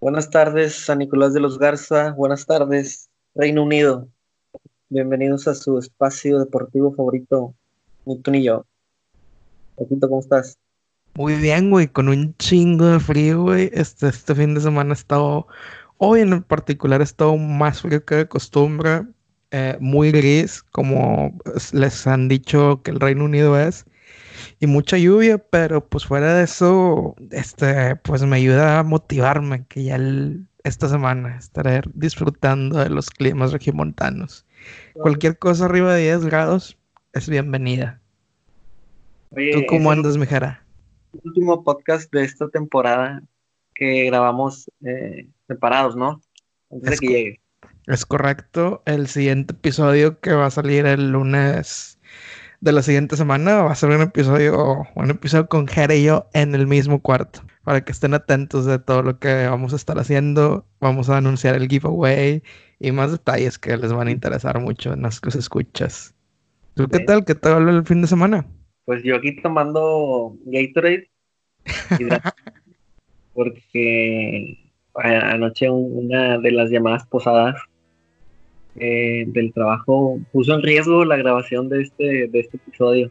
Buenas tardes, San Nicolás de los Garza. Buenas tardes, Reino Unido. Bienvenidos a su espacio deportivo favorito, ni tú ni yo. Paquito, ¿cómo estás? Muy bien, güey, con un chingo de frío, güey. Este fin de semana ha estado, hoy en particular ha estado más frío que de costumbre, muy gris, como les han dicho que el Reino Unido es, y mucha lluvia, pero pues fuera de eso, pues me ayuda a motivarme que ya esta semana estaré disfrutando de los climas regiomontanos. Cualquier cosa arriba de 10 grados es bienvenida. ¿Tú Oye, es cómo el andas, mijera? último podcast de esta temporada que grabamos separados, ¿no? Antes de Es, que llegue. Es correcto. El siguiente episodio que va a salir el lunes de la siguiente semana va a ser un episodio con Jere y yo en el mismo cuarto. Para que estén atentos de todo lo que vamos a estar haciendo. Vamos a anunciar el giveaway y más detalles que les van a interesar mucho en las que se escuchas. ¿Tú qué Ok. tal? ¿Qué tal el fin de semana? Pues yo aquí tomando Gatorade porque anoche una de las llamadas posadas del trabajo puso en riesgo la grabación de este episodio.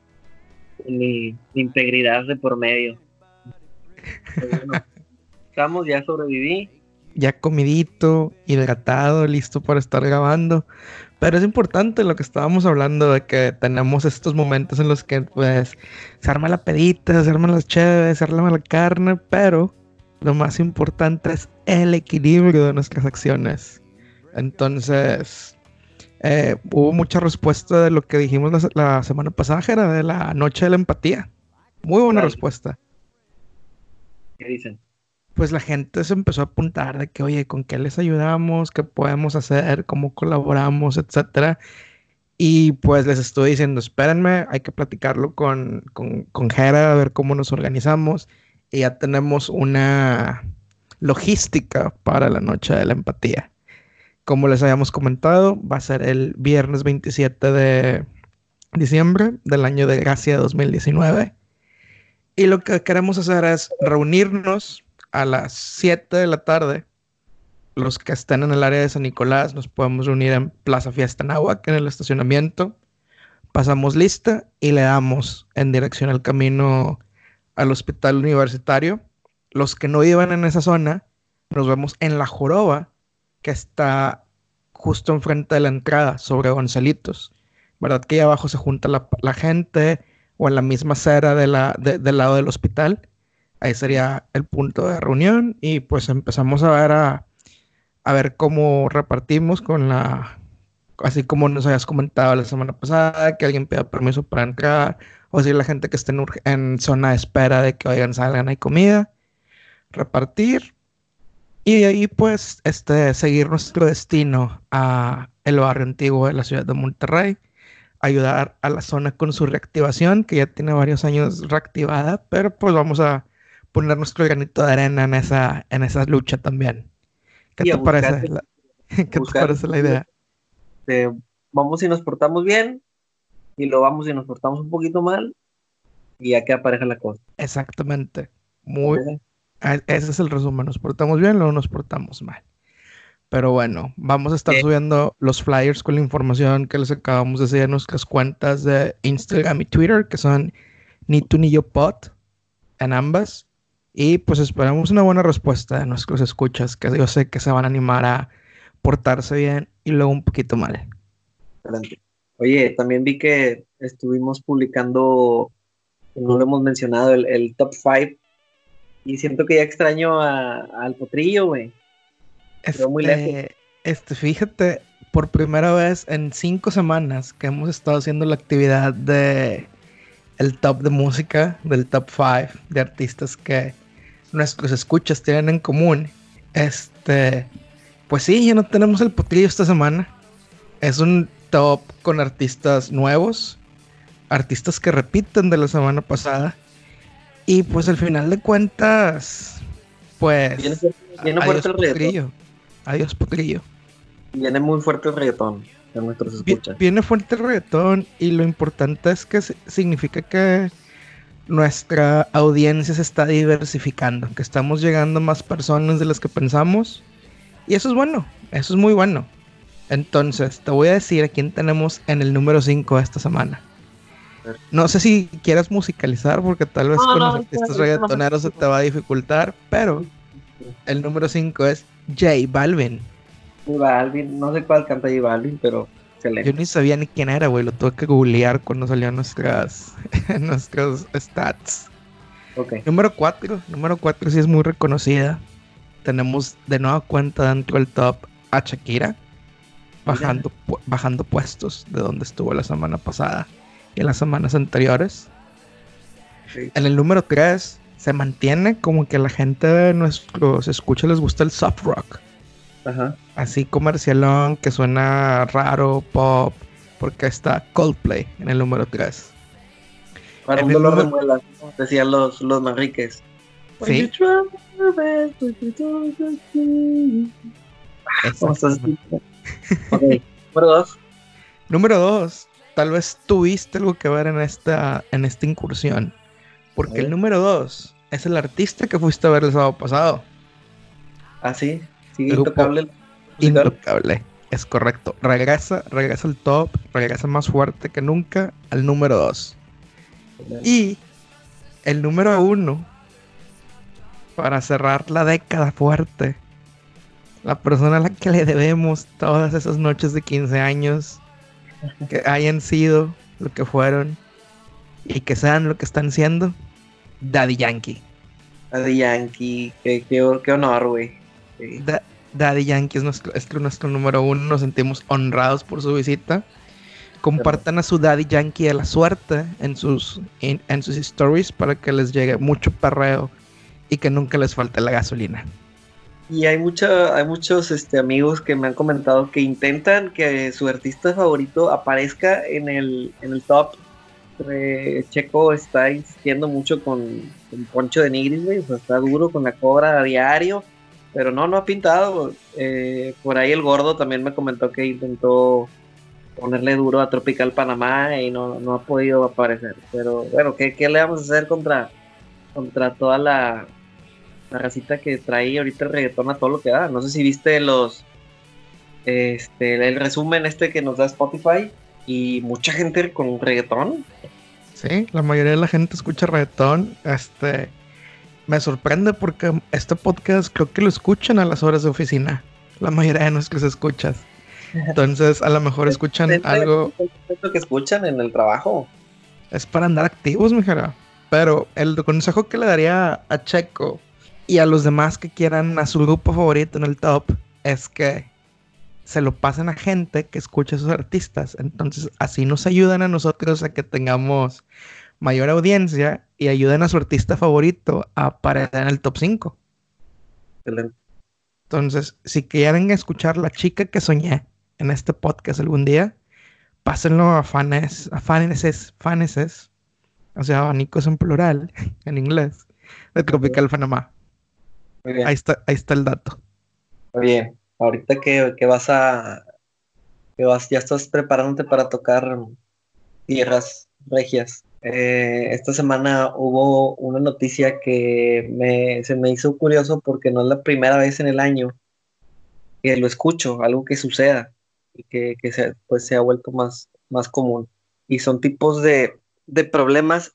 Mi integridad de por medio. Pero bueno, estamos, ya sobreviví. Ya comidito, hidratado, listo para estar grabando. Pero es importante lo que estábamos hablando de que tenemos estos momentos en los que pues se arma la pedita, se arman las chéves, se arma la carne, pero lo más importante es el equilibrio de nuestras acciones. Entonces, hubo mucha respuesta de lo que dijimos la semana pasada, era de la noche de la empatía. Muy buena Órale, respuesta. ¿qué dicen? Pues la gente se empezó a apuntar de que, oye, ¿con qué les ayudamos? ¿Qué podemos hacer? ¿Cómo colaboramos? Etcétera. Y pues les estoy diciendo, espérenme, hay que platicarlo con Jera, a ver cómo nos organizamos. Y ya tenemos una logística para la noche de la empatía. Como les habíamos comentado, va a ser el viernes 27 de diciembre del año de gracia 2019. Y lo que queremos hacer es reunirnos a las 7 de la tarde. Los que estén en el área de San Nicolás nos podemos reunir en Plaza Fiesta Náhuac, en el estacionamiento. Pasamos lista y le damos en dirección al camino al hospital universitario. Los que no iban en esa zona, nos vemos en La Joroba, que está justo enfrente de la entrada, sobre Gonzalitos. ¿Verdad que ahí abajo se junta la gente o en la misma acera del lado del hospital? Ahí Sí. sería el punto de reunión y pues empezamos a ver cómo repartimos así como nos habías comentado la semana pasada, que alguien pida permiso para entrar, o si la gente que esté en zona de espera de que oigan, salgan, hay comida, repartir, y de ahí pues seguir nuestro destino a el barrio antiguo de la ciudad de Monterrey, ayudar a la zona con su reactivación, que ya tiene varios años reactivada, pero pues vamos a poner nuestro granito de arena en esa lucha también. ¿Qué Y a te buscar, parece qué te buscar parece la idea? vamos si nos portamos bien y lo vamos si nos portamos un poquito mal y ya queda pareja la cosa. Exactamente. Muy, ¿Parece? ese es el resumen. Nos portamos bien, luego nos portamos mal. Pero bueno, vamos a estar Bien. subiendo los flyers con la información que les acabamos de decir en nuestras cuentas de Instagram y Twitter, que son ni tú ni yo pod en ambas. Y pues esperamos una buena respuesta de nuestros escuchas, que yo sé que se van a animar a portarse bien y luego un poquito mal. Excelente. Oye, también vi que estuvimos publicando, no lo hemos mencionado, el top 5 y siento que ya extraño al potrillo, güey. Pero muy lejos. Fíjate, por primera vez en 5 semanas que hemos estado haciendo la actividad de el top de música, del top 5 de artistas que nuestros escuchas tienen en común. Este, pues sí, ya no tenemos el potrillo esta semana. Es un top con artistas nuevos, artistas que repiten de la semana pasada. Y pues al final de cuentas, Viene pues fuerte, viene fuerte adiós el reggaetón. potrillo, adiós potrillo. Viene muy fuerte el reggaetón de nuestros escuchas. Viene fuerte el reggaetón y lo importante es que significa que nuestra audiencia se está diversificando, que estamos llegando a más personas de las que pensamos. Y eso es bueno, eso es muy bueno. Entonces, te voy a decir a quién tenemos en el número 5 de esta semana. No sé si quieras musicalizar, porque tal vez con los artistas reggaetoneros se te va a dificultar, pero el número 5 es J Balvin. J Balvin, no sé cuál canta J Balvin, pero Yo excelente. ni sabía ni quién era, güey. Lo tuve que googlear cuando salían nuestros stats. Ok. Número 4. Número 4 sí es muy reconocida. Tenemos de nueva cuenta dentro del top a Shakira. Bajando puestos de donde estuvo la semana pasada y en las semanas anteriores. Sí. En el número 3 se mantiene como que a la gente de nuestros escucha les gusta el soft rock. Ajá. Así comercialón, que suena raro, pop, porque está Coldplay en el número 3. Para En un el dolor de número... muelas, ¿no? Decían los manriques. When you Sí, try your best, but you don't succeed. ¿Cómo estás? exactamente. Ok. Número 2. Número 2, tal vez tuviste algo que ver en esta incursión, A porque el ver. número 2 es el artista que fuiste a ver el sábado pasado. Ah, sí. Sigue Grupo intocable el musical. Intocable, es correcto. Regresa al top, regresa más fuerte que nunca al número 2. Y el número 1, para cerrar la década fuerte, la persona a la que le debemos todas esas noches de 15 años, que hayan sido lo que fueron y que sean lo que están siendo, Daddy Yankee. Daddy Yankee. Qué honor, güey. Sí. Daddy Yankee es nuestro número 1. Nos sentimos honrados por su visita. Compartan a su Daddy Yankee de la suerte en sus stories para que les llegue mucho perreo y que nunca les falte la gasolina. Y hay muchos amigos que me han comentado que intentan que su artista favorito aparezca en el top. Checo está insistiendo mucho con Poncho de Nigris, güey. O sea, está duro con la cobra a diario. Pero no ha pintado. Por ahí el gordo también me comentó que intentó ponerle duro a Tropical Panamá y no ha podido aparecer. Pero bueno, ¿qué le vamos a hacer contra toda la racita que trae ahorita el reggaetón a todo lo que da? No sé si viste el resumen que nos da Spotify y mucha gente con reggaetón. Sí, la mayoría de la gente escucha reggaetón. Me sorprende porque este podcast creo que lo escuchan a las horas de oficina. La mayoría de nuestros escuchas. Entonces, a lo mejor El escuchan 70% algo. que escuchan en el trabajo. Es para andar activos, mijera. Pero el consejo que le daría a Checo y a los demás que quieran a su grupo favorito en el top es que se lo pasen a gente que escuche a sus artistas. Entonces, así nos ayudan a nosotros a que tengamos mayor audiencia y ayuden a su artista favorito a aparecer en el top 5. Excelente. Entonces, si quieren escuchar La Chica que Soñé en este podcast algún día, pásenlo a faneses, o sea, abanicos en plural, en inglés, de Ok, Tropical Panamá. muy Ahí bien. está el dato. Muy bien. Ahorita ya estás preparándote para tocar tierras regias. Esta semana hubo una noticia que se me hizo curioso porque no es la primera vez en el año que lo escucho, algo que suceda y que pues se ha vuelto más común. Y son tipos de problemas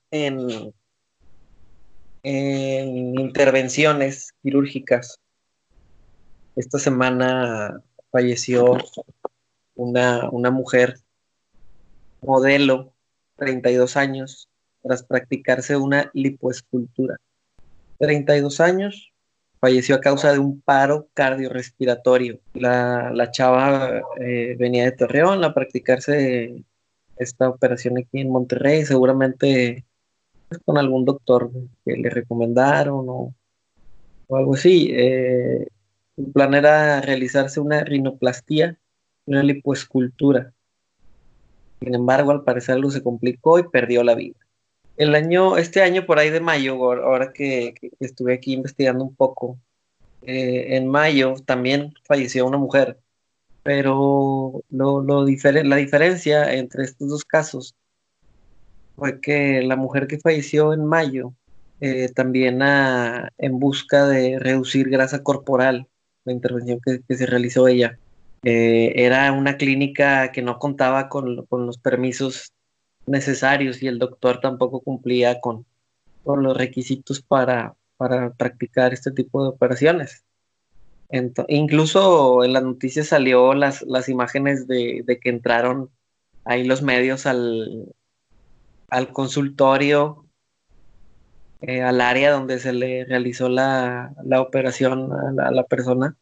en intervenciones quirúrgicas. Esta semana falleció una mujer modelo, 32 años, tras practicarse una lipoescultura. 32 años, falleció a causa de un paro cardiorrespiratorio. La chava venía de Torreón a practicarse esta operación aquí en Monterrey, seguramente pues, con algún doctor que le recomendaron o algo así. Su plan era realizarse una rinoplastía, una lipoescultura. Sin embargo, al parecer algo se complicó y perdió la vida. Este año por ahí de mayo, ahora que estuve aquí investigando un poco, en mayo también falleció una mujer, pero la diferencia entre estos dos casos fue que la mujer que falleció en mayo, también en busca de reducir grasa corporal, la intervención que se realizó ella, era una clínica que no contaba con los permisos necesarios y el doctor tampoco cumplía con los requisitos para practicar este tipo de operaciones. Incluso en las noticias salió las imágenes de que entraron ahí los medios al consultorio, al área donde se le realizó la operación a la persona.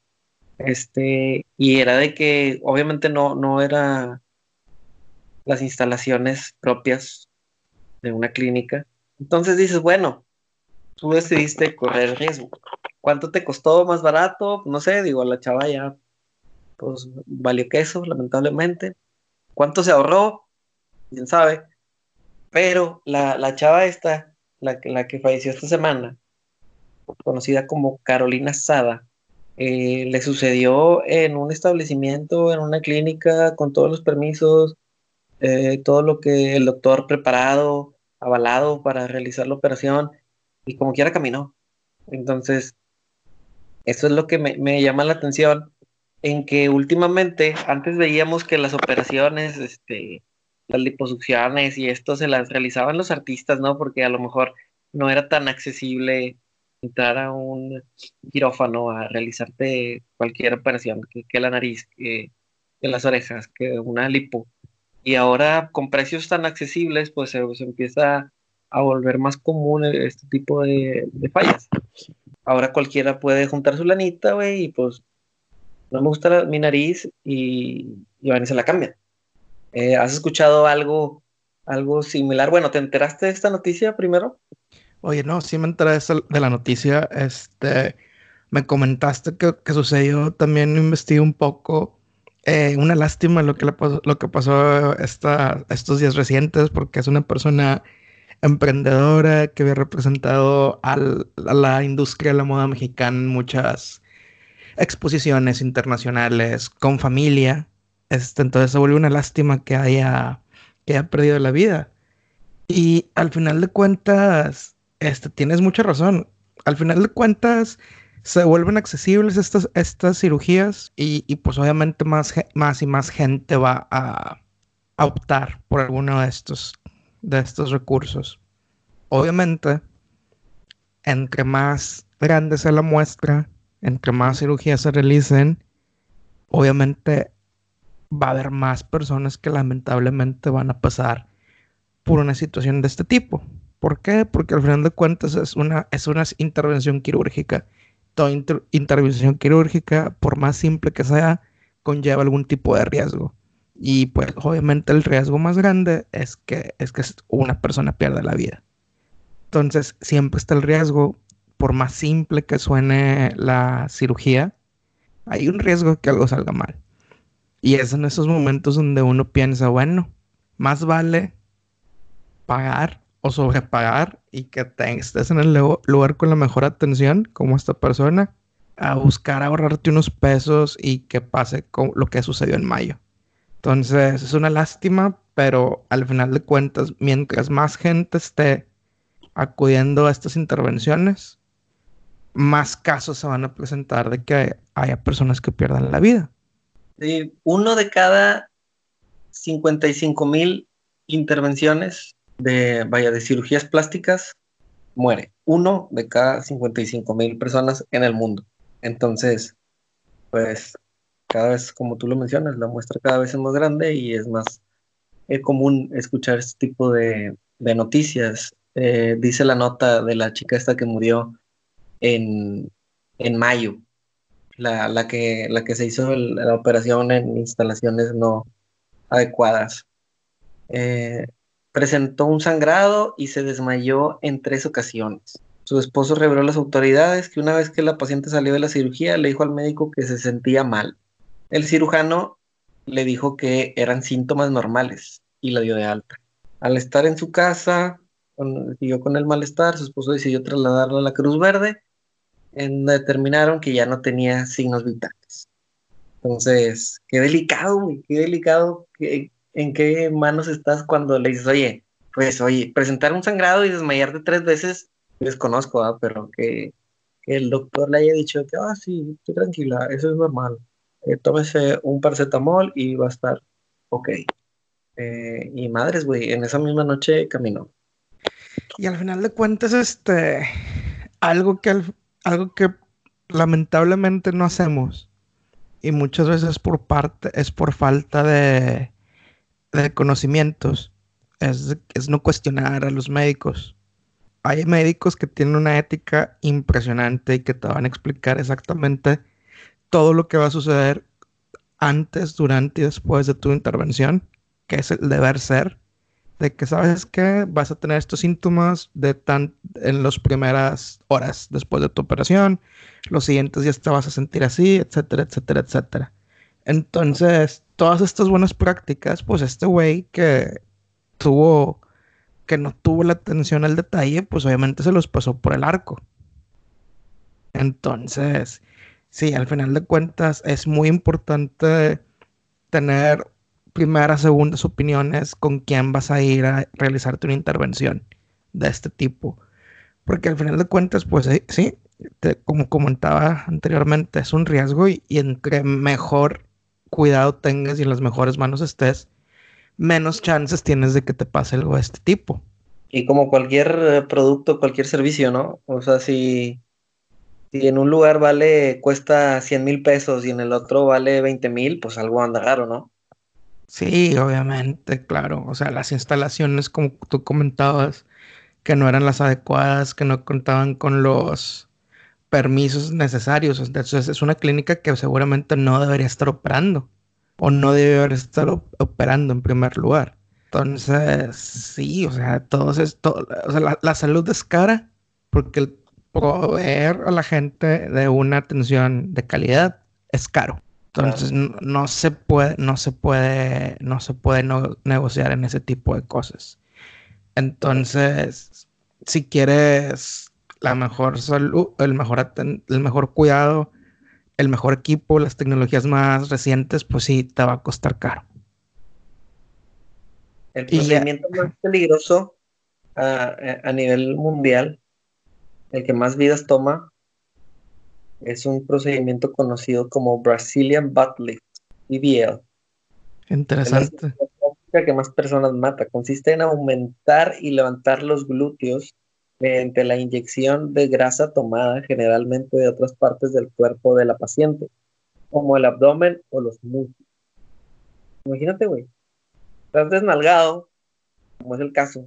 Y era de que obviamente no era las instalaciones propias de una clínica. Entonces dices, bueno, tú decidiste correr el riesgo. ¿Cuánto te costó más barato? No sé, digo, a la chava ya, pues valió queso, lamentablemente. ¿Cuánto se ahorró? Quién sabe. Pero la chava esta, la que falleció esta semana, conocida como Carolina Sada, le sucedió en un establecimiento, en una clínica, con todos los permisos, todo lo que el doctor preparado, avalado para realizar la operación, y como quiera caminó. Entonces, eso es lo que me llama la atención, en que últimamente, antes veíamos que las operaciones, las liposucciones y esto se las realizaban los artistas, ¿no? Porque a lo mejor no era tan accesible entrar a un quirófano a realizarte cualquier operación, que la nariz, que las orejas, que una lipo. Y ahora con precios tan accesibles, pues se empieza a volver más común este tipo de fallas. Ahora cualquiera puede juntar su lanita, güey, y pues no me gusta mi nariz y van y se la cambian. ¿Has escuchado algo similar? Bueno, ¿te enteraste de esta noticia primero? Oye, no, sí me enteré de la noticia. Me comentaste que sucedió, también investigué un poco. Una lástima lo que pasó estos días recientes, porque es una persona emprendedora que había representado a la industria de la moda mexicana en muchas exposiciones internacionales, con familia. Entonces se vuelve una lástima que haya perdido la vida. Y al final de cuentas, tienes mucha razón. Al final de cuentas, se vuelven accesibles estas cirugías y pues obviamente más y más gente va a optar por alguno de estos recursos. Obviamente, entre más grande sea la muestra, entre más cirugías se realicen, obviamente va a haber más personas que lamentablemente van a pasar por una situación de este tipo. ¿Por qué? Porque al final de cuentas es una intervención quirúrgica. Toda intervención quirúrgica, por más simple que sea, conlleva algún tipo de riesgo. Y pues obviamente el riesgo más grande es que una persona pierda la vida. Entonces siempre está el riesgo, por más simple que suene la cirugía, hay un riesgo de que algo salga mal. Y es en esos momentos donde uno piensa, bueno, más vale pagar o sobrepagar y que estés en el lugar con la mejor atención, como esta persona, a buscar ahorrarte unos pesos y que pase con lo que sucedió en mayo. Entonces, es una lástima, pero al final de cuentas, mientras más gente esté acudiendo a estas intervenciones, más casos se van a presentar de que haya personas que pierdan la vida. Sí, uno de cada 55,000 intervenciones de cirugías plásticas muere. Uno de cada 55,000 personas en el mundo. Entonces, pues cada vez, como tú lo mencionas, la muestra cada vez es más grande y es más común escuchar este tipo de noticias. Dice la nota de la chica esta que murió en, en mayo, la que se hizo la operación en instalaciones no adecuadas. Eh, Presentó un sangrado y se desmayó en 3 ocasiones. Su esposo reveló a las autoridades que una vez que la paciente salió de la cirugía, le dijo al médico que se sentía mal. El cirujano le dijo que eran síntomas normales y la dio de alta. Al estar en su casa, siguió con el malestar, su esposo decidió trasladarla a la Cruz Verde, en donde determinaron que ya no tenía signos vitales. Entonces, qué delicado, güey, qué delicado, en qué manos estás cuando le dices, oye, Pues oye, presentar un sangrado y desmayarte 3 veces, desconozco, ¿verdad? Pero que el doctor le haya dicho que, sí, estoy tranquila, eso es normal. Tómese un paracetamol y va a estar ok. Y madres, güey, en esa misma noche caminó. Y al final de cuentas, algo que, algo que lamentablemente no hacemos, y muchas veces es por falta de conocimientos, es no cuestionar a los médicos. Hay médicos que tienen una ética impresionante y que te van a explicar exactamente todo lo que va a suceder antes, durante y después de tu intervención, que es el deber ser, de que sabes que vas a tener estos síntomas en las primeras horas después de tu operación, los siguientes días te vas a sentir así, etcétera, etcétera, etcétera. Entonces, todas estas buenas prácticas, pues este güey tuvo, que no tuvo la atención al detalle, pues obviamente se los pasó por el arco. Entonces, sí, al final de cuentas es muy importante tener primeras, segundas opiniones con quién vas a ir a realizarte una intervención de este tipo. Porque al final de cuentas, pues sí, como comentaba anteriormente, es un riesgo y entre mejor cuidado tengas y en las mejores manos estés, menos chances tienes de que te pase algo de este tipo. Y como cualquier producto, cualquier servicio, ¿no? O sea, si en un lugar cuesta 100,000 pesos y en el otro vale 20,000, pues algo anda raro, ¿no? Sí, obviamente, claro. O sea, las instalaciones, como tú comentabas, que no eran las adecuadas, que no contaban con los permisos necesarios. Entonces, es una clínica que seguramente no debería estar operando o no debería estar operando en primer lugar. Entonces, sí, o sea, o sea, la salud es cara porque el proveer a la gente de una atención de calidad es caro. Claro. Entonces, no se puede negociar en ese tipo de cosas. Entonces, si quieres la mejor salud, el mejor cuidado, el mejor equipo, las tecnologías más recientes, pues sí, te va a costar caro. El Y ya, procedimiento más peligroso a nivel mundial, el que más vidas toma, es un procedimiento conocido como Brazilian Butt Lift, BBL. Es la interesante. cirugía plástica que más personas mata. Consiste en aumentar y levantar los glúteos mediante la inyección de grasa tomada generalmente de otras partes del cuerpo de la paciente, como el abdomen o los músculos. Imagínate, güey, estás desnalgado, como es el caso,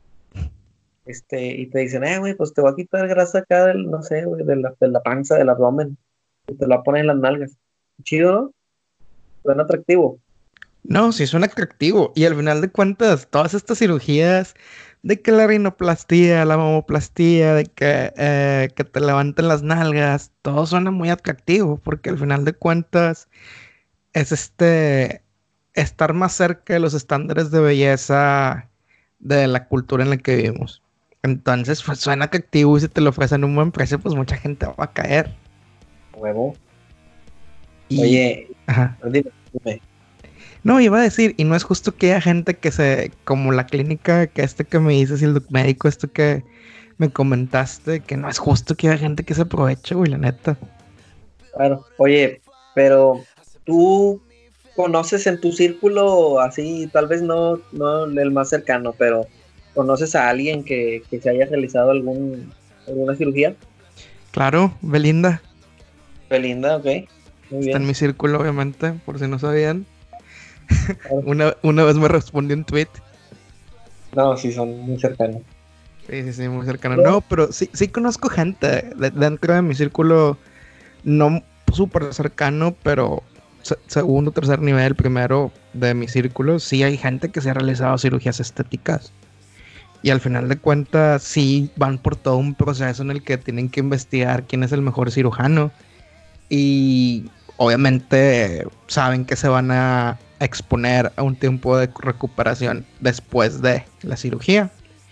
y te dicen, güey, pues te voy a quitar grasa acá del, no sé, güey, de la panza, del abdomen, y te la ponen en las nalgas. Chido, ¿no? Suena atractivo. No, sí suena atractivo. Y al final de cuentas, todas estas cirugías de que la rinoplastía, la mamoplastía, que te levanten las nalgas, todo suena muy atractivo, porque al final de cuentas es estar más cerca de los estándares de belleza de la cultura en la que vivimos. Entonces, pues suena atractivo y si te lo ofrecen a un buen precio, pues mucha gente va a caer. Huevo. Y, Oye, ajá. dime. No, iba a decir, y no es justo que haya gente como la clínica que me dices y el médico que me comentaste, que no es justo que haya gente que se aproveche, güey, la neta. Claro. Oye, pero tú conoces en tu círculo, así, tal vez no el más cercano, pero ¿conoces a alguien que se haya realizado alguna cirugía? Claro, Belinda, Belinda, ok, muy está en bien. mi círculo, obviamente, por si no sabían. Claro. Una vez me respondió un tweet. No, sí, son muy cercanos. Sí, sí, sí, muy cercano. Pero, No, pero sí conozco gente dentro de mi círculo, no súper cercano, pero segundo, tercer nivel, primero de mi círculo, sí hay gente que se ha realizado cirugías estéticas. Y al final de cuentas, sí van por todo un proceso en el que tienen que investigar quién es el mejor cirujano. Y obviamente saben que se van a exponer a un tiempo de recuperación después de la cirugía.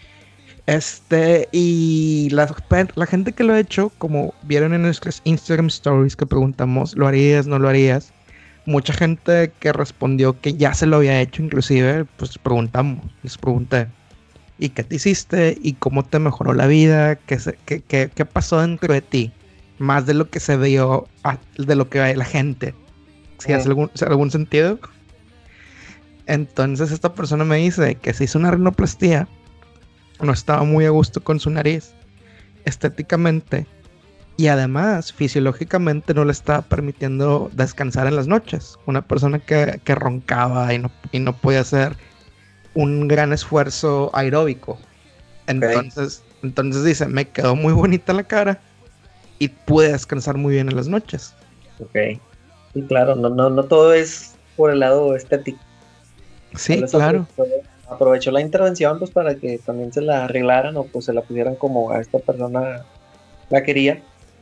Y la gente que lo ha hecho, como vieron en nuestras Instagram Stories que preguntamos, ¿lo harías, no lo harías? Mucha gente que respondió que ya se lo había hecho, inclusive, pues les pregunté, y qué te hiciste y cómo te mejoró la vida, qué pasó dentro de ti, más de lo que se vio, de lo que ve la gente. Si hace algún sentido. Entonces esta persona me dice que se hizo una rinoplastia, no estaba muy a gusto con su nariz, estéticamente, y además fisiológicamente no le estaba permitiendo descansar en las noches. Una persona que roncaba y no podía hacer un gran esfuerzo aeróbico. Entonces dice, me quedó muy bonita la cara y pude descansar muy bien en las noches. Ok. Sí, claro, no todo es por el lado estético. Sí, claro. Aprovechó la intervención pues para que también se la arreglaran o pues se la pusieran como a esta persona la quería.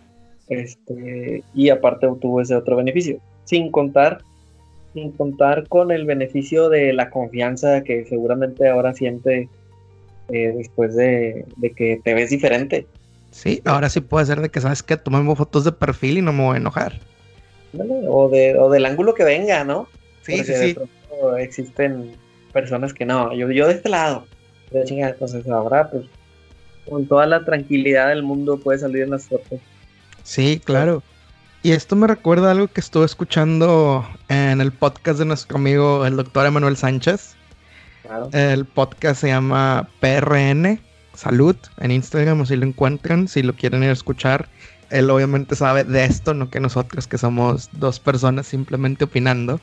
Y aparte obtuvo ese otro beneficio. Sin contar con el beneficio de la confianza que seguramente ahora siente después de que te ves diferente. Sí, ahora sí puede ser de que, ¿sabes qué? Tomemos fotos de perfil y no me voy a enojar. O del ángulo que venga, ¿no? Sí, Porque sí, de sí. pronto existen personas que no, yo de este lado. De chingada, entonces ahora, pues, con toda la tranquilidad del mundo puede salir en las fotos. Sí, claro. Y esto me recuerda a algo que estuve escuchando en el podcast de nuestro amigo el doctor Emanuel Sánchez. Claro. El podcast se llama PRN Salud en Instagram, o si lo encuentran, si lo quieren ir a escuchar. Él obviamente sabe de esto, no que nosotros, que somos dos personas simplemente opinando.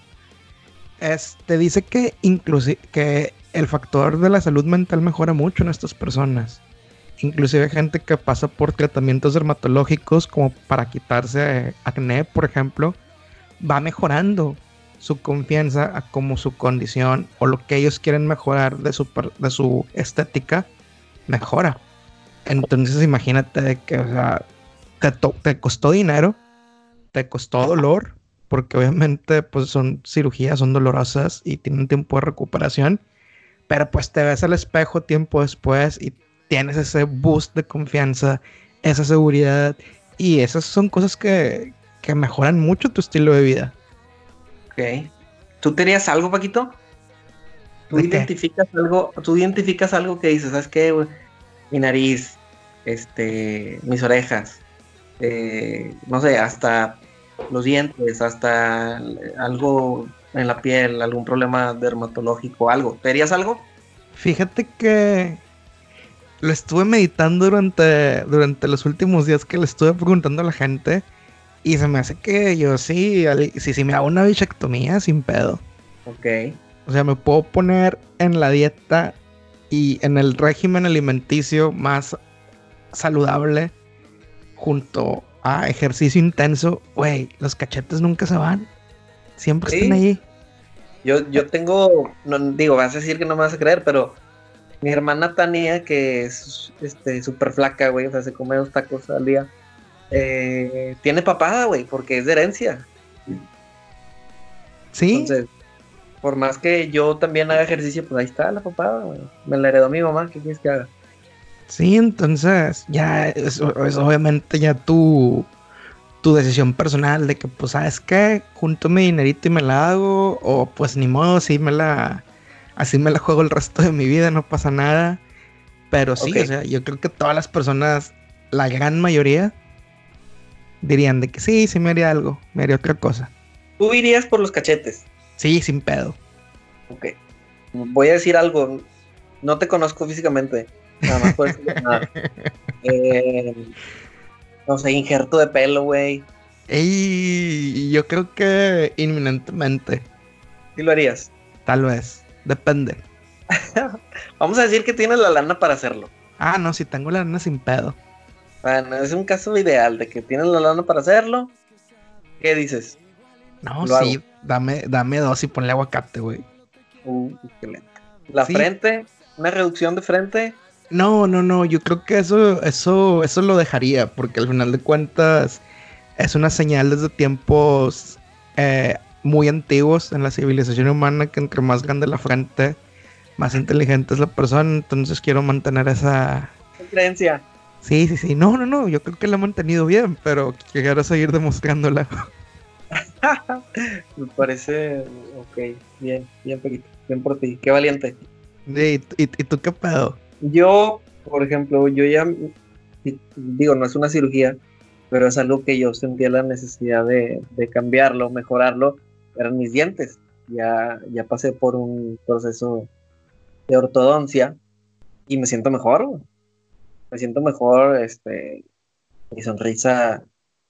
Dice que inclusive que el factor de la salud mental mejora mucho en estas personas. Inclusive gente que pasa por tratamientos dermatológicos como para quitarse acné, por ejemplo, va mejorando su confianza a como su condición o lo que ellos quieren mejorar de su estética mejora. Entonces imagínate que, o sea, te costó dinero, te costó dolor, porque obviamente pues son cirugías, son dolorosas y tienen tiempo de recuperación, pero pues te ves al espejo tiempo después y tienes ese boost de confianza, esa seguridad, y esas son cosas que mejoran mucho tu estilo de vida. Ok. ¿Tú tenías algo, Paquito? ¿De qué? Tú identificas algo que dices, ¿sabes qué, güey? Mi nariz, mis orejas, no sé, hasta los dientes, hasta algo en la piel, algún problema dermatológico, algo. ¿Verías algo? Fíjate que lo estuve meditando durante los últimos días, que le estuve preguntando a la gente, y se me hace que yo sí, si me hago una bichectomía sin pedo. Ok. O sea, me puedo poner en la dieta y en el régimen alimenticio más saludable junto a ejercicio intenso. Güey, los cachetes nunca se van. Siempre están Sí, ahí. yo tengo, no, digo, vas a decir que no me vas a creer, pero mi hermana Tania, que es súper flaca, güey, o sea, se come 2 tacos al día, tiene papada, güey, porque es de herencia. Sí, Entonces, por más que yo también haga ejercicio, pues ahí está la papada, güey. Me la heredó mi mamá, ¿qué quieres que haga? sí, entonces ya es obviamente ya tu decisión personal de que, pues, ¿sabes qué? Junto mi dinerito y me la hago, o pues ni modo, así me la juego el resto de mi vida, no pasa nada. Pero Ok, sí, o sea, yo creo que todas las personas, la gran mayoría, dirían de que sí me haría algo, me haría otra cosa. tú irías por los cachetes. Sí, sin pedo. Ok, voy a decir algo, no te conozco físicamente, nada más por decirlo nada. Eh, no sé, injerto de pelo, güey, Y yo creo que inminentemente, ¿sí lo harías? tal vez, depende. Vamos a decir que tienes la lana para hacerlo. Ah, no, si tengo la lana sin pedo. Bueno, es un caso ideal de que tienes la lana para hacerlo. ¿Qué dices? No, Lo hago. sí, dame dos y ponle aguacate, güey. Excelente. La Sí, frente, una reducción de frente. no, yo creo que eso lo dejaría, porque al final de cuentas es una señal desde tiempos muy antiguos en la civilización humana, que entre más grande la frente, más inteligente es la persona. Entonces quiero mantener esa... ¿Qué creencia? Sí, no, yo creo que la he mantenido bien, pero quiero seguir demostrándola. Me parece, ok, bien, bien, Pequito, bien por ti, qué valiente. ¿Y tú qué pedo? Yo, por ejemplo, yo ya, digo, no es una cirugía, pero es algo que yo sentía la necesidad de cambiarlo, mejorarlo, eran mis dientes. Ya pasé por un proceso de ortodoncia y me siento mejor, güey. Me siento mejor, mi sonrisa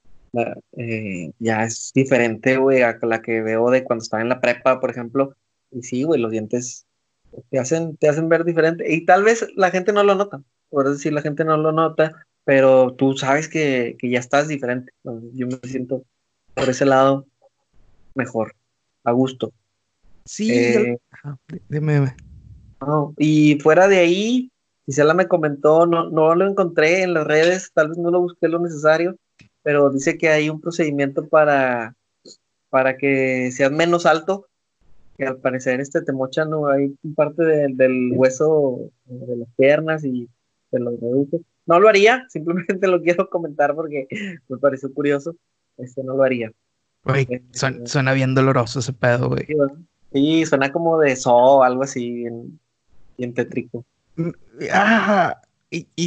ya es diferente, güey, a la que veo de cuando estaba en la prepa, por ejemplo. Y sí, güey, los dientes te hacen ver diferente. Y tal vez la gente no lo nota, por decir, la gente no lo nota, pero tú sabes que ya estás diferente. Entonces, yo me siento por ese lado mejor, a gusto. Sí, Eh, ajá, dime. no, y fuera de ahí, Gisela me comentó, no lo encontré en las redes, tal vez no lo busqué lo necesario, pero dice que hay un procedimiento para que seas menos alto, que al parecer te mochan, ¿no? Hay parte del hueso de las piernas y te lo reduce. No lo haría, simplemente lo quiero comentar porque me pareció curioso. No lo haría. Güey, Eh, suena bien doloroso ese pedo, güey. sí, ¿verdad? Sí, suena como de zoo, algo así, bien tétrico. Mm, Ah, y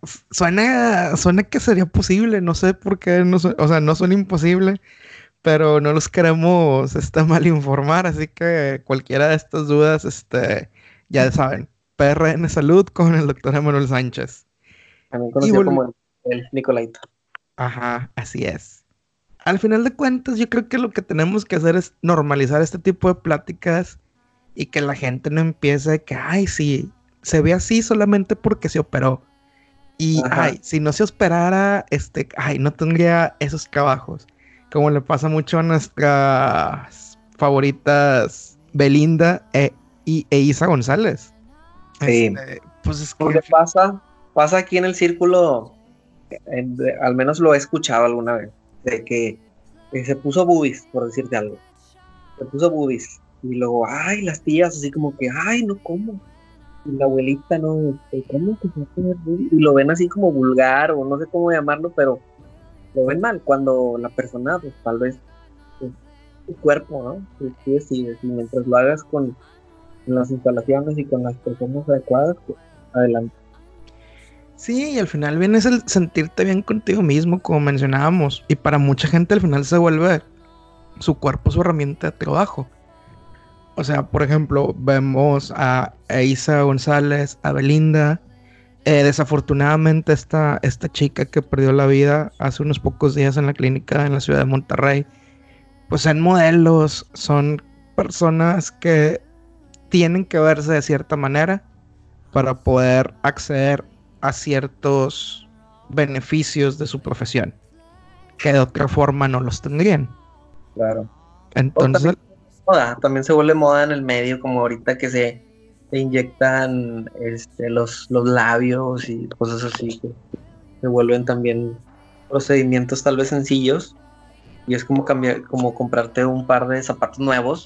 suena que sería posible, no sé por qué, no, o sea, no suena imposible, pero no los queremos, mal informar, así que cualquiera de estas dudas, ya saben, PRN Salud con el doctor Emanuel Sánchez. También Y conocido como el Nicolaito. Ajá, así es. Al final de cuentas, yo creo que lo que tenemos que hacer es normalizar este tipo de pláticas y que la gente no empiece de que, ay, sí, se ve así solamente porque se operó. Y, Ajá, ay, si no se operara, ay, no tendría esos trabajos. Como le pasa mucho a nuestras favoritas Belinda e Isa González. sí. Pues es que, Porque pasa aquí en el círculo, al menos lo he escuchado alguna vez, de que se puso boobies, por decirte algo. Se puso boobies. Y luego, ay, las tías, así como que, ay, no, ¿cómo? Y la abuelita, no, ¿cómo que se va a poner boobies? Y lo ven así como vulgar, o no sé cómo llamarlo, pero lo ven mal, cuando la persona, pues tal vez, es tu cuerpo, ¿no? Tú decides, y mientras lo hagas con las instalaciones y con las personas adecuadas, pues adelante. sí, y al final vienes el sentirte bien contigo mismo, como mencionábamos. Y para mucha gente al final se vuelve su cuerpo su herramienta de trabajo. O sea, por ejemplo, vemos a Isa González, a Belinda. Desafortunadamente, esta chica que perdió la vida hace unos pocos días en la clínica en la ciudad de Monterrey, pues son modelos, son personas que tienen que verse de cierta manera para poder acceder a ciertos beneficios de su profesión, que de otra forma no los tendrían. Claro. O Entonces, también también se vuelve moda en el medio, como ahorita que se inyectan los labios y cosas así, que se vuelven también procedimientos tal vez sencillos, y es como cambiar, como comprarte un par de zapatos nuevos,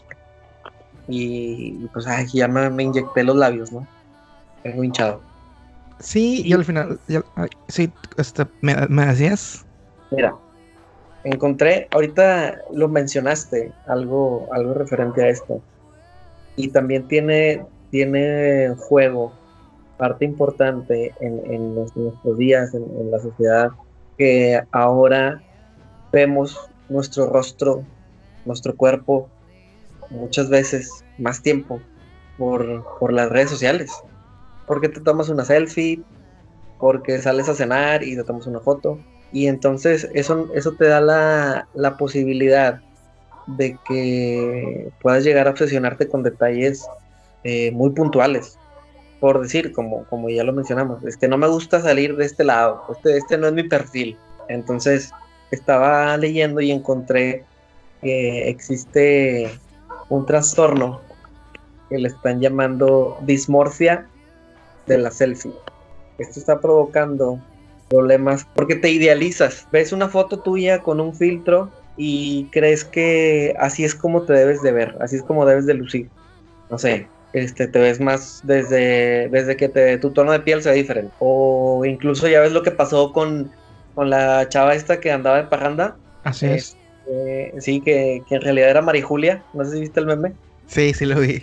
y pues ay, ya me inyecté los labios, ¿no? Tengo hinchado. sí, y Y al final, ay, sí, me decías. mira, encontré, ahorita lo mencionaste, algo referente a esto, y también tiene juego parte importante en nuestros días, en la sociedad, que ahora vemos nuestro rostro, nuestro cuerpo, muchas veces más tiempo por las redes sociales. Porque te tomas una selfie, porque sales a cenar y te tomas una foto. Y entonces eso te da la posibilidad de que puedas llegar a obsesionarte con detalles muy puntuales. Por decir, como ya lo mencionamos, no me gusta salir de este lado, no es mi perfil. Entonces, estaba leyendo y encontré que existe un trastorno que le están llamando dismorfia de la selfie. Esto está provocando problemas porque te idealizas, ves una foto tuya con un filtro y crees que así es como te debes de ver, así es como debes de lucir. No sé, te ves más desde que tu tono de piel se ve diferente. O incluso ya ves lo que pasó con la chava esta que andaba en parranda. Así es. Sí, que en realidad era Marijulia. No sé si viste el meme. Sí, sí lo vi.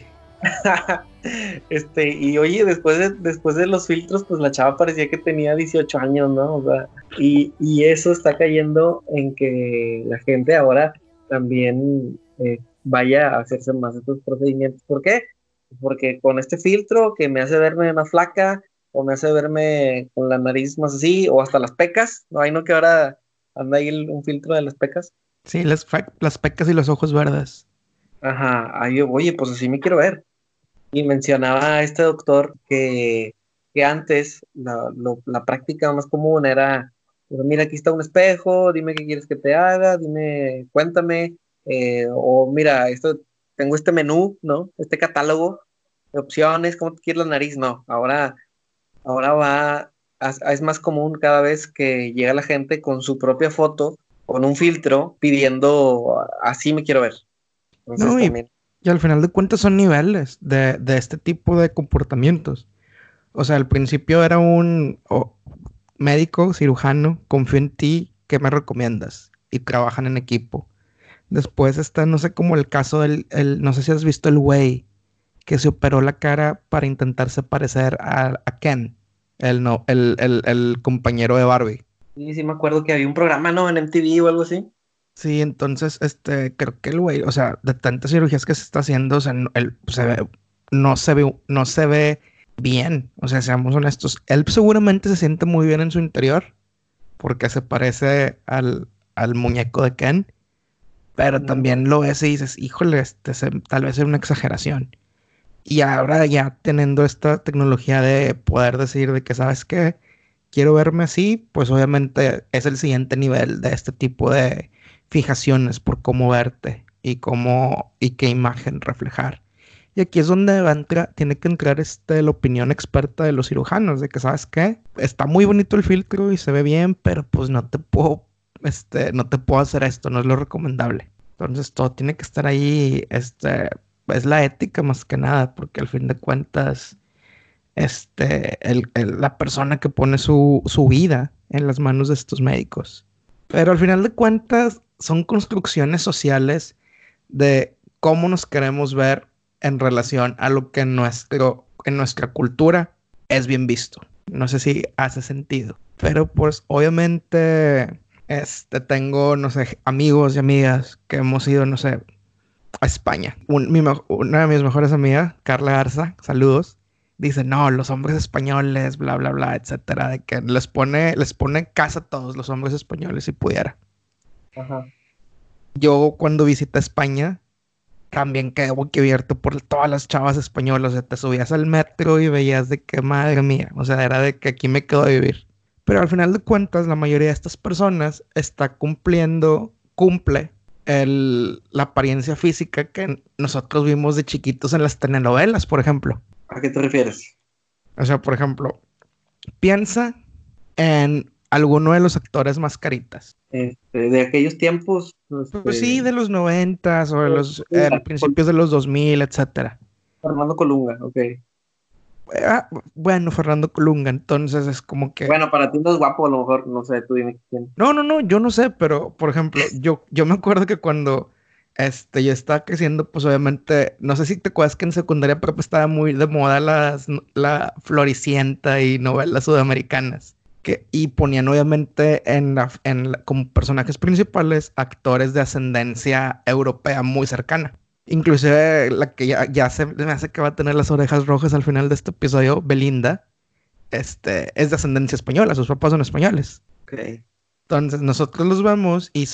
Y oye, después de los filtros, pues la chava parecía que tenía 18 años, ¿no? O sea, y eso está cayendo en que la gente ahora también vaya a hacerse más estos procedimientos. ¿Por qué? Porque con este filtro que me hace verme más flaca, o me hace verme con la nariz más así, o hasta las pecas, ¿no? Hay no que ahora anda ahí un filtro de las pecas. Sí, las pecas y los ojos verdes. Ajá, ahí yo, oye, pues así me quiero ver. Y mencionaba a este doctor que antes la práctica más común era, pues, mira, aquí está un espejo, dime qué quieres que te haga, dime, cuéntame, o mira, tengo este menú, ¿no? Este catálogo de opciones, ¿cómo te quieres la nariz? No, ahora es más común cada vez que llega la gente con su propia foto, con un filtro, pidiendo, así me quiero ver. Entonces No, también. y al final de cuentas son niveles de este tipo de comportamientos. O sea, al principio era un médico, cirujano, confío en ti, ¿qué me recomiendas? Y trabajan en equipo. Después está, no sé, como el caso no sé si has visto el güey que se operó la cara para intentarse parecer a Ken, no, el compañero de Barbie. Sí, sí me acuerdo que había un programa, ¿no? En MTV o algo así. Sí, entonces, creo que el güey, o sea, de tantas cirugías que se está haciendo, o sea, él no se ve bien, o sea, seamos honestos. Él seguramente se siente muy bien en su interior, porque se parece al muñeco de Ken, pero Ujú. también lo ves y dices, híjole, tal vez es una exageración. Y ahora ya teniendo esta tecnología de poder decir de que, ¿sabes qué? Quiero verme así, pues obviamente es el siguiente nivel de este tipo de fijaciones por cómo verte y qué imagen reflejar. Y aquí es donde tiene que entrar la opinión experta de los cirujanos, de que, ¿sabes qué? Está muy bonito el filtro y se ve bien, pero pues no te puedo hacer esto, no es lo recomendable. Entonces todo tiene que estar ahí, es la ética más que nada, porque al fin de cuentas, la persona que pone su vida en las manos de estos médicos. Pero al final de cuentas, son construcciones sociales de cómo nos queremos ver en relación a lo que en nuestra cultura es bien visto. No sé si hace sentido. Pero pues obviamente tengo, no sé, amigos y amigas que hemos ido, no sé, a España. Una de mis mejores amigas, Carla Garza, saludos, dice, no, los hombres españoles, bla, bla, bla, etcétera, de que les pone casa a todos los hombres españoles si pudiera. Ajá. Yo cuando visité España, también quedé boquiabierto por todas las chavas españolas. O sea, te subías al metro y veías de que madre mía. O sea, era de que aquí me quedo a vivir. Pero al final de cuentas, la mayoría de estas personas cumple la apariencia física que nosotros vimos de chiquitos en las telenovelas, por ejemplo. ¿A qué te refieres? O sea, por ejemplo, piensa en alguno de los actores mascaritas. De aquellos tiempos, Pues sí, de los noventas o de los Colunga, principios de los 2000, etcétera. Armando Colunga, ok. Bueno, Fernando Colunga, entonces es como que... Bueno, para ti no es guapo, a lo mejor, no sé, tú dime quién. No, no, no, yo no sé, pero por ejemplo, yo me acuerdo que cuando yo estaba creciendo, pues obviamente, no sé si te acuerdas que en secundaria prepa estaba muy de moda la Floricienta y novelas sudamericanas. Y ponían obviamente como personajes principales actores de ascendencia europea muy cercana. Inclusive la que ya me hace que va a tener las orejas rojas al final de este episodio, Belinda, es de ascendencia española, sus papás son españoles. Ok, Entonces nosotros los vemos y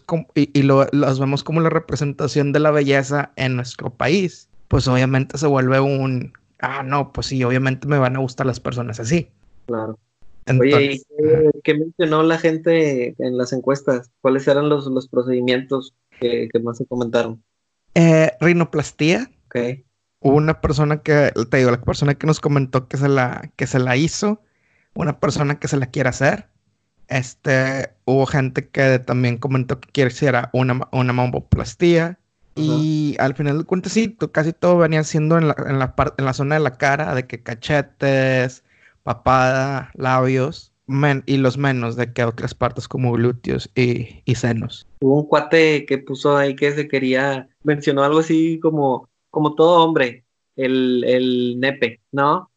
los vemos como la representación de la belleza en nuestro país. Pues obviamente se vuelve no, pues sí, obviamente me van a gustar las personas así. claro. Oye, ¿y Entonces, qué mencionó la gente en las encuestas? ¿Cuáles eran los procedimientos que más se comentaron? rinoplastía. Ok, Hubo una persona te digo, la persona que nos comentó que se la hizo, una persona que se la quiere hacer. Hubo gente que también comentó que quisiera una mammoplastía. ajá. Y al final de cuentas, sí, casi todo venía siendo en la zona de la cara, de que cachetes, papada, labios, y los menos de que otras partes como glúteos y senos. Hubo un cuate que puso ahí que se quería, mencionó algo así como todo hombre. el nepe, ¿no?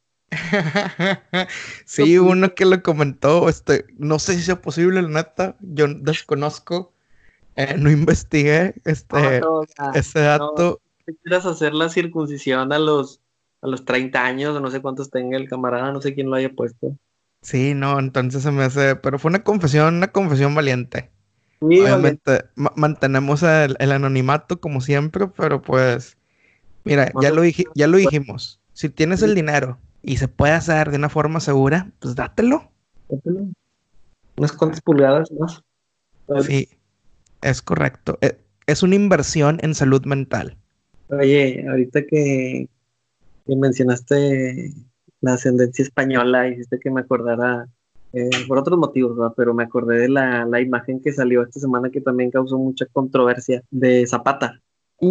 ¿Qué Sí, opinas? uno que lo comentó, no sé si sea posible, la neta, yo desconozco, no investigué No, no, o sea, ese no dato. te quieras hacer la circuncisión a los 30 años, o no sé cuántos tenga el camarada, no sé quién lo haya puesto. Sí, no, entonces se me hace, pero fue una confesión valiente. Sí, vale. Obviamente, mantenemos el anonimato como siempre, pero pues, mira, No te ya lo dijimos. Si tienes el dinero y se puede hacer de una forma segura, pues dátelo. unas cuantas pulgadas más. Vale. Sí, es correcto. Es una inversión en salud mental. Oye, ahorita que mencionaste la ascendencia española, hiciste que me acordara, por otros motivos, ¿verdad? Pero me acordé de la imagen que salió esta semana que también causó mucha controversia de Zapata.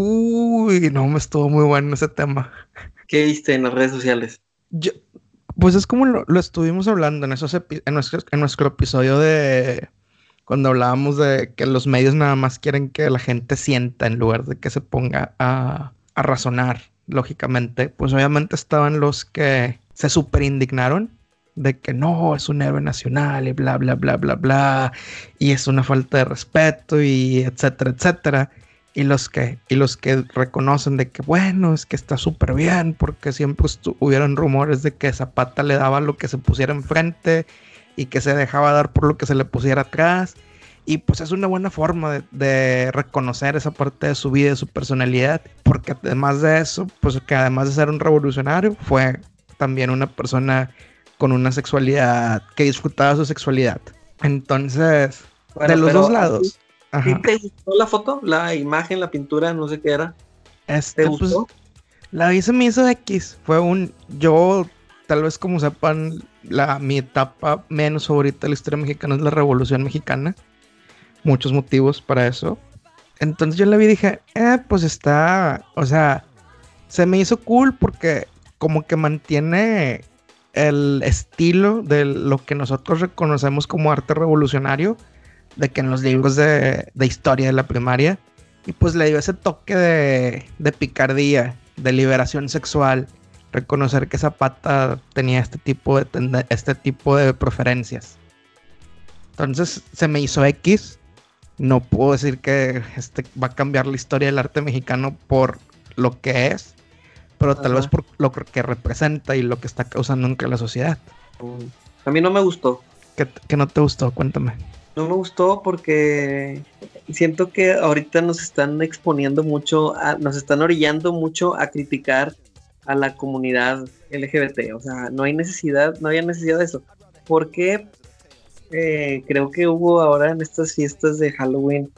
Uy, no, me estuvo muy bueno ese tema. ¿Qué viste en las redes sociales? Yo, pues es como lo estuvimos hablando en en nuestro episodio de cuando hablábamos de que los medios nada más quieren que la gente sienta en lugar de que se ponga a razonar, lógicamente. Pues obviamente estaban los que se super indignaron de que no, es un héroe nacional y bla, bla, bla, bla, bla, y es una falta de respeto y etcétera, etcétera. Y los que reconocen de que, bueno, es que está súper bien, porque siempre hubieron rumores de que Zapata le daba lo que se pusiera enfrente y que se dejaba dar por lo que se le pusiera atrás. Y pues es una buena forma de reconocer esa parte de su vida, de su personalidad, porque además de eso, pues que además de ser un revolucionario, fue también una persona con una sexualidad, que disfrutaba su sexualidad. Entonces, de Bueno, los dos pero ¿a ti lados, sí ajá. te gustó la foto, la imagen, la pintura, no sé qué era? ¿Te Pues gustó? la vi se me hizo X. Yo, tal vez como sepan, mi etapa menos favorita de la historia mexicana es la Revolución Mexicana. Muchos motivos para eso. Entonces yo la vi y dije, pues está, o sea, se me hizo cool porque como que mantiene el estilo de lo que nosotros reconocemos como arte revolucionario, de que en los libros de historia de la primaria, y pues le dio ese toque de picardía, de liberación sexual, reconocer que Zapata tenía este tipo de preferencias. Entonces se me hizo X. No puedo decir que va a cambiar la historia del arte mexicano por lo que es, pero tal vez Ajá. por lo que representa y lo que está causando entre la sociedad. A mí no me gustó. ¿Qué no te gustó? Cuéntame. No me gustó porque siento que ahorita nos están exponiendo mucho, nos están orillando mucho a criticar a la comunidad LGBT. O sea, no hay necesidad, no había necesidad de eso. Porque creo que hubo ahora en estas fiestas de Halloween,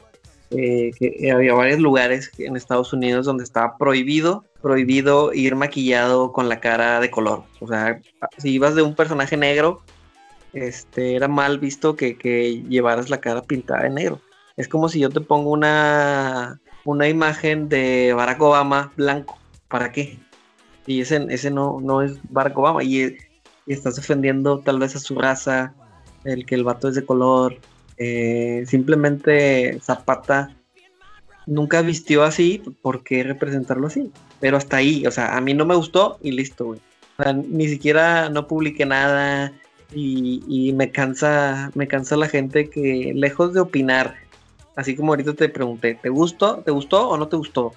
que había varios lugares en Estados Unidos donde estaba prohibido ir maquillado con la cara de color. O sea, si ibas de un personaje negro, era mal visto que llevaras la cara pintada de negro. Es como si yo te pongo una imagen de Barack Obama blanco. ¿Para qué? Y ese no es Barack Obama. Y estás ofendiendo tal vez a su raza, el que el vato es de color. Simplemente Zapata nunca vistió así, ¿por qué representarlo así? Pero hasta ahí, o sea, a mí no me gustó y listo, güey. O sea, ni siquiera no publiqué nada y me cansa la gente que lejos de opinar, así como ahorita te pregunté, ¿te gustó o no te gustó?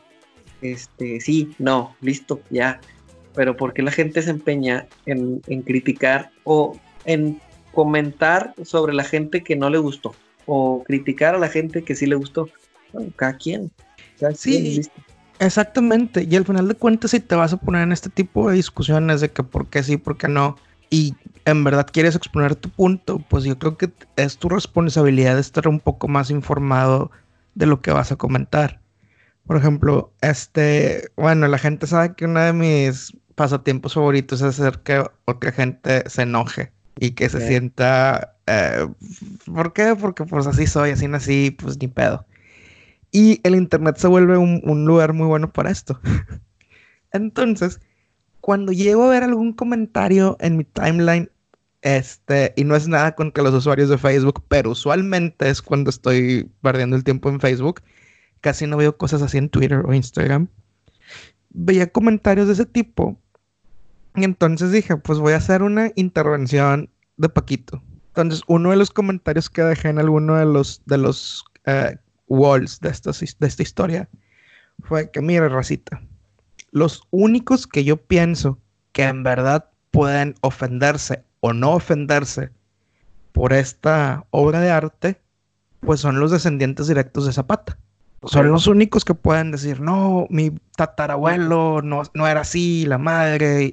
Sí, no, listo, ya. Pero ¿por qué la gente se empeña en criticar o en comentar sobre la gente que no le gustó? O criticar a la gente que sí le gustó. Bueno, cada quien, Sí, listo. exactamente. Y al final de cuentas, si te vas a poner en este tipo de discusiones de que por qué sí, por qué no, y en verdad quieres exponer tu punto, pues yo creo que es tu responsabilidad estar un poco más informado de lo que vas a comentar. Por ejemplo, bueno, la gente sabe que uno de mis pasatiempos favoritos es hacer que otra gente se enoje y que se Ok. sienta, ¿por qué? Porque pues así soy, así nací, pues ni pedo. Y el internet se vuelve un lugar muy bueno para esto. Entonces, cuando llego a ver algún comentario en mi timeline, y no es nada contra los usuarios de Facebook, pero usualmente es cuando estoy perdiendo el tiempo en Facebook, casi no veo cosas así en Twitter o Instagram. veía comentarios de ese tipo. Y entonces dije, pues voy a hacer una intervención de Paquito. Entonces, uno de los comentarios que dejé en alguno de los walls de esta historia fue que, mire, racita, los únicos que yo pienso que en verdad pueden ofenderse o no ofenderse por esta obra de arte, pues son los descendientes directos de Zapata. Son los únicos que pueden decir, no, mi tatarabuelo no era así, la madre,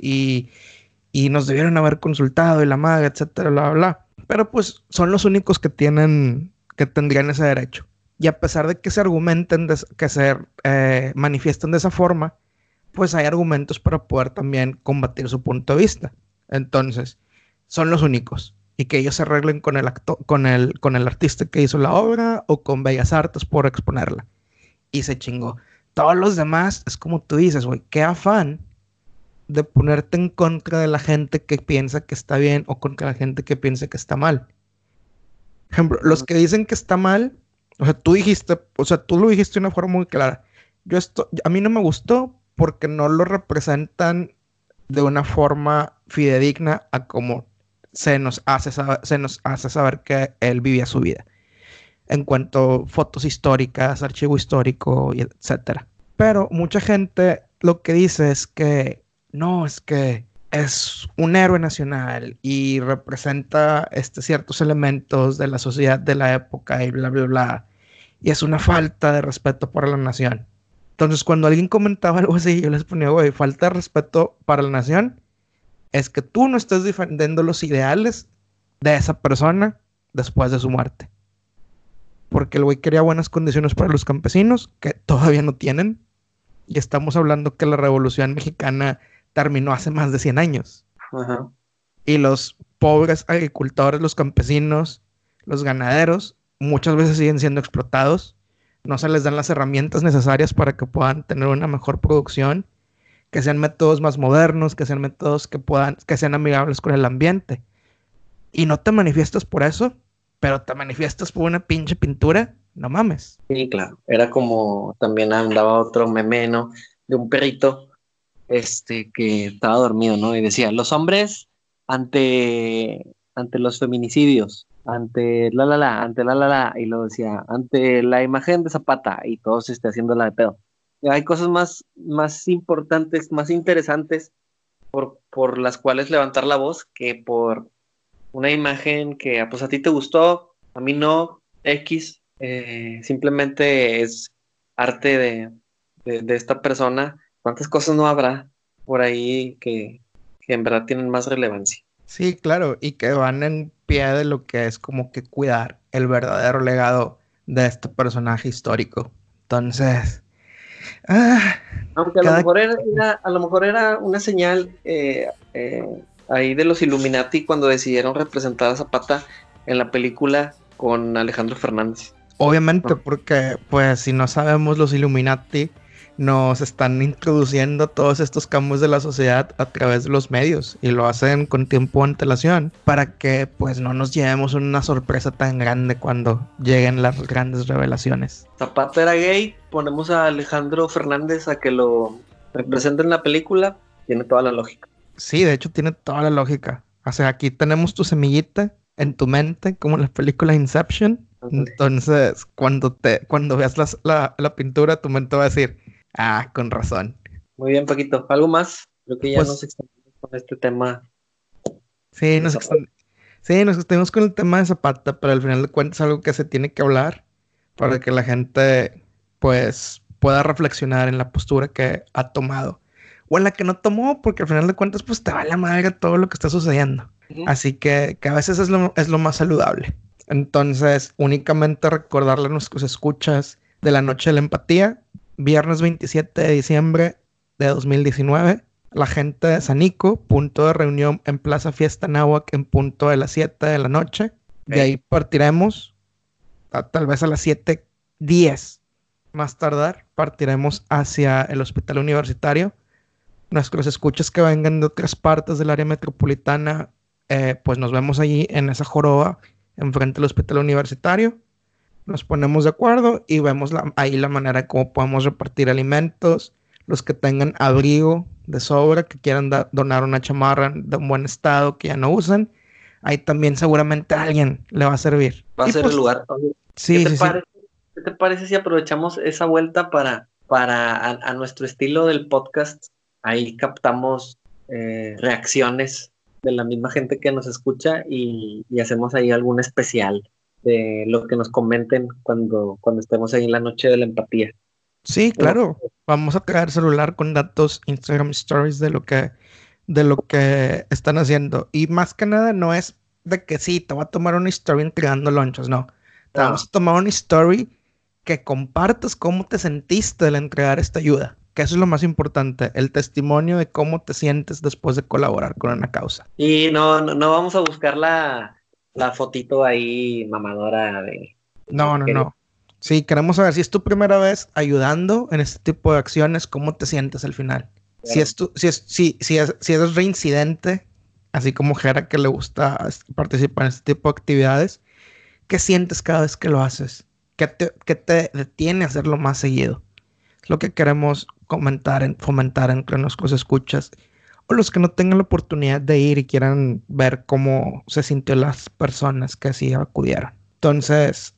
y nos debieron haber consultado, y la madre, etcétera, bla, bla, bla. Pero pues son los únicos que tendrían ese derecho. Y a pesar de que se argumenten, que se manifiesten de esa forma, pues hay argumentos para poder también combatir su punto de vista. Entonces, son los únicos. Y que ellos se arreglen con el artista que hizo la obra o con Bellas Artes por exponerla. Y se chingó. Todos los demás, es como tú dices, güey, qué afán de ponerte en contra de la gente que piensa que está bien o contra la gente que piensa que está mal. Por ejemplo, los que dicen que está mal, tú lo dijiste de una forma muy clara. A mí no me gustó porque no lo representan de una forma fidedigna a como se nos hace saber que él vivía su vida. En cuanto a fotos históricas, archivo histórico, etcétera. Pero mucha gente lo que dice es que no, es que es un héroe nacional y representa ciertos elementos de la sociedad de la época y bla, bla, bla. Y es una falta de respeto para la nación. Entonces, cuando alguien comentaba algo así, yo les ponía, güey, falta de respeto para la nación es que tú no estás defendiendo los ideales de esa persona después de su muerte. Porque el güey quería buenas condiciones para los campesinos, que todavía no tienen. Y estamos hablando que la Revolución Mexicana terminó hace más de 100 años. Ajá. Y los pobres agricultores, los campesinos, los ganaderos, muchas veces siguen siendo explotados. No se les dan las herramientas necesarias para que puedan tener una mejor producción, que sean métodos más modernos, que sean métodos que sean amigables con el ambiente. Y no te manifiestas por eso, pero te manifiestas por una pinche pintura, no mames. Sí, claro. Era como también andaba otro meme, ¿no? De un perrito, que estaba dormido, ¿no? Y decía, los hombres ante los feminicidios, ante ante y lo decía, ante la imagen de Zapata, y todos haciéndola de pedo. Y hay cosas más importantes, más interesantes por las cuales levantar la voz que por una imagen que pues a ti te gustó, a mí no, X, simplemente es arte de esta persona. ¿Cuántas cosas no habrá por ahí que en verdad tienen más relevancia? Sí, claro, y que van en pie de lo que es como que cuidar el verdadero legado de este personaje histórico. Entonces, Aunque a lo mejor era una señal ahí de los Illuminati cuando decidieron representar a Zapata en la película con Alejandro Fernández. obviamente, porque pues si no sabemos, los Illuminati nos están introduciendo todos estos cambios de la sociedad a través de los medios y lo hacen con tiempo de antelación para que pues no nos llevemos una sorpresa tan grande cuando lleguen las grandes revelaciones. Zapata era gay, ponemos a Alejandro Fernández a que lo represente en la película, tiene toda la lógica. Sí, de hecho tiene toda la lógica. O sea, aquí tenemos tu semillita en tu mente, como en la película Inception. Entonces, cuando veas la pintura, tu mente va a decir, ah, con razón. Muy bien, Paquito. ¿Algo más? Creo que ya Pues, nos extendimos con este tema. sí, nos extendimos con el tema de Zapata, pero al final de cuentas es algo que se tiene que hablar para que la gente, pues, pueda reflexionar en la postura que ha tomado. O en la que no tomó, porque al final de cuentas, pues, te va la madre todo lo que está sucediendo. Así que a veces es lo más saludable. Entonces, únicamente recordarle a nuestros escuchas de la Noche de la Empatía, viernes 27 de diciembre de 2019, la gente de Sanico, punto de reunión en Plaza Fiesta Náhuac en punto de las 7 de la noche. De ahí partiremos, tal vez a las 7:10 más tardar, partiremos hacia el hospital universitario. Nuestros escuchas que vengan de otras partes del área metropolitana, pues nos vemos allí en esa joroba enfrente del hospital universitario. Nos ponemos de acuerdo y vemos ahí la manera como podemos repartir alimentos, los que tengan abrigo de sobra, que quieran donar una chamarra de un buen estado que ya no usan, ahí también seguramente a alguien le va a servir. Va a ser pues, el lugar. Sí, ¿Qué te parece si aprovechamos esa vuelta para a nuestro estilo del podcast? Ahí captamos reacciones de la misma gente que nos escucha y hacemos ahí algún especial de lo que nos comenten cuando estemos ahí en la noche de la empatía. Sí, claro. Vamos a traer celular con datos, Instagram Stories de lo que están haciendo. Y más que nada no es de que sí, te voy a tomar una story entregando lonchas, no. Te vamos a tomar una story que compartas cómo te sentiste al entregar esta ayuda. Que eso es lo más importante, el testimonio de cómo te sientes después de colaborar con una causa. Y no vamos a buscar la fotito ahí mamadora de... No. Sí, queremos saber si es tu primera vez ayudando en este tipo de acciones, ¿cómo te sientes al final? Claro. Si eres reincidente, así como Jera que le gusta participar en este tipo de actividades, ¿qué sientes cada vez que lo haces? ¿Qué te detiene a hacerlo más seguido? Es lo que queremos fomentar entre nuestros escuchas o los que no tengan la oportunidad de ir y quieran ver cómo se sintió las personas que así acudieron. Entonces,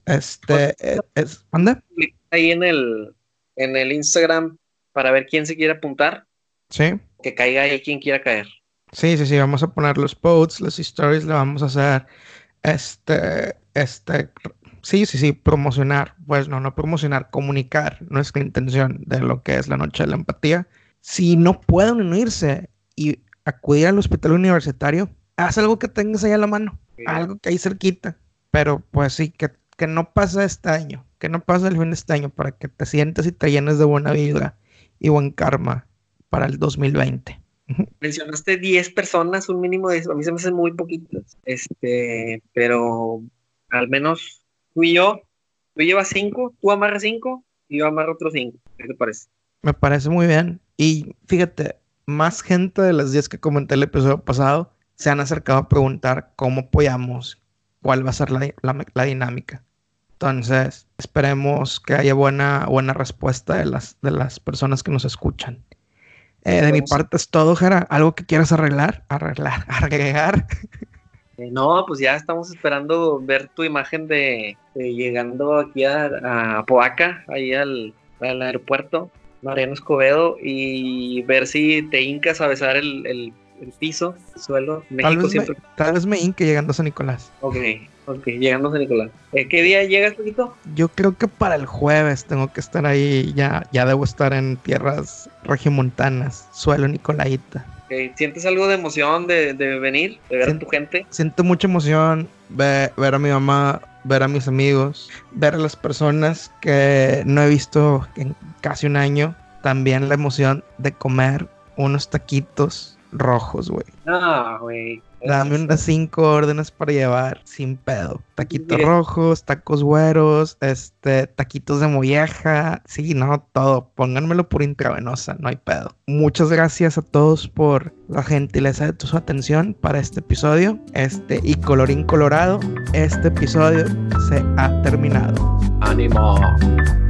¿anda? Ahí en el Instagram para ver quién se quiere apuntar. Sí. Que caiga ahí quien quiera caer. Sí, vamos a poner los posts, las stories, le vamos a hacer sí, promocionar, pues no promocionar, comunicar nuestra intención de lo que es la noche de la empatía. Si no pueden unirse y acudir al hospital universitario, haz algo que tengas ahí a la mano, algo que ahí cerquita. Pero pues sí, que no pase este año, que no pase el fin de este año para que te sientas y te llenes de buena vibra y buen karma para el 2020. Mencionaste 10 personas, un mínimo de eso. A mí se me hacen muy poquitas. Pero al menos tú y yo, tú llevas 5, tú amarras 5 y yo amarro otros 5. ¿Qué te parece? Me parece muy bien. Y fíjate, más gente de las 10 que comenté el episodio pasado se han acercado a preguntar cómo apoyamos, cuál va a ser la dinámica. Entonces, esperemos que haya buena respuesta de las personas que nos escuchan. De mi parte es todo, Jera. ¿Algo que quieras agregar? No, pues ya estamos esperando ver tu imagen de llegando aquí a Podaca, ahí al aeropuerto Mariano Escobedo, y ver si te hincas a besar el piso, el suelo. México tal vez me hinque llegando a San Nicolás. Ok, llegando a San Nicolás. ¿Qué día llegas, Paquito? Yo creo que para el jueves tengo que estar ahí, ya debo estar en tierras regiomontanas, suelo nicolaita. ¿Sientes algo de emoción de venir, de ver a tu gente? Siento mucha emoción, ver a mi mamá, ver a mis amigos, ver a las personas que no he visto en casi un año. También la emoción de comer unos taquitos rojos, güey. Güey. Dame unas 5 órdenes para llevar sin pedo. Taquitos rojos, tacos güeros, taquitos de molleja. Sí, no, todo. Pónganmelo por intravenosa, no hay pedo. Muchas gracias a todos por la gentileza de su atención para este episodio. Y colorín colorado, este episodio se ha terminado. ¡Ánimo!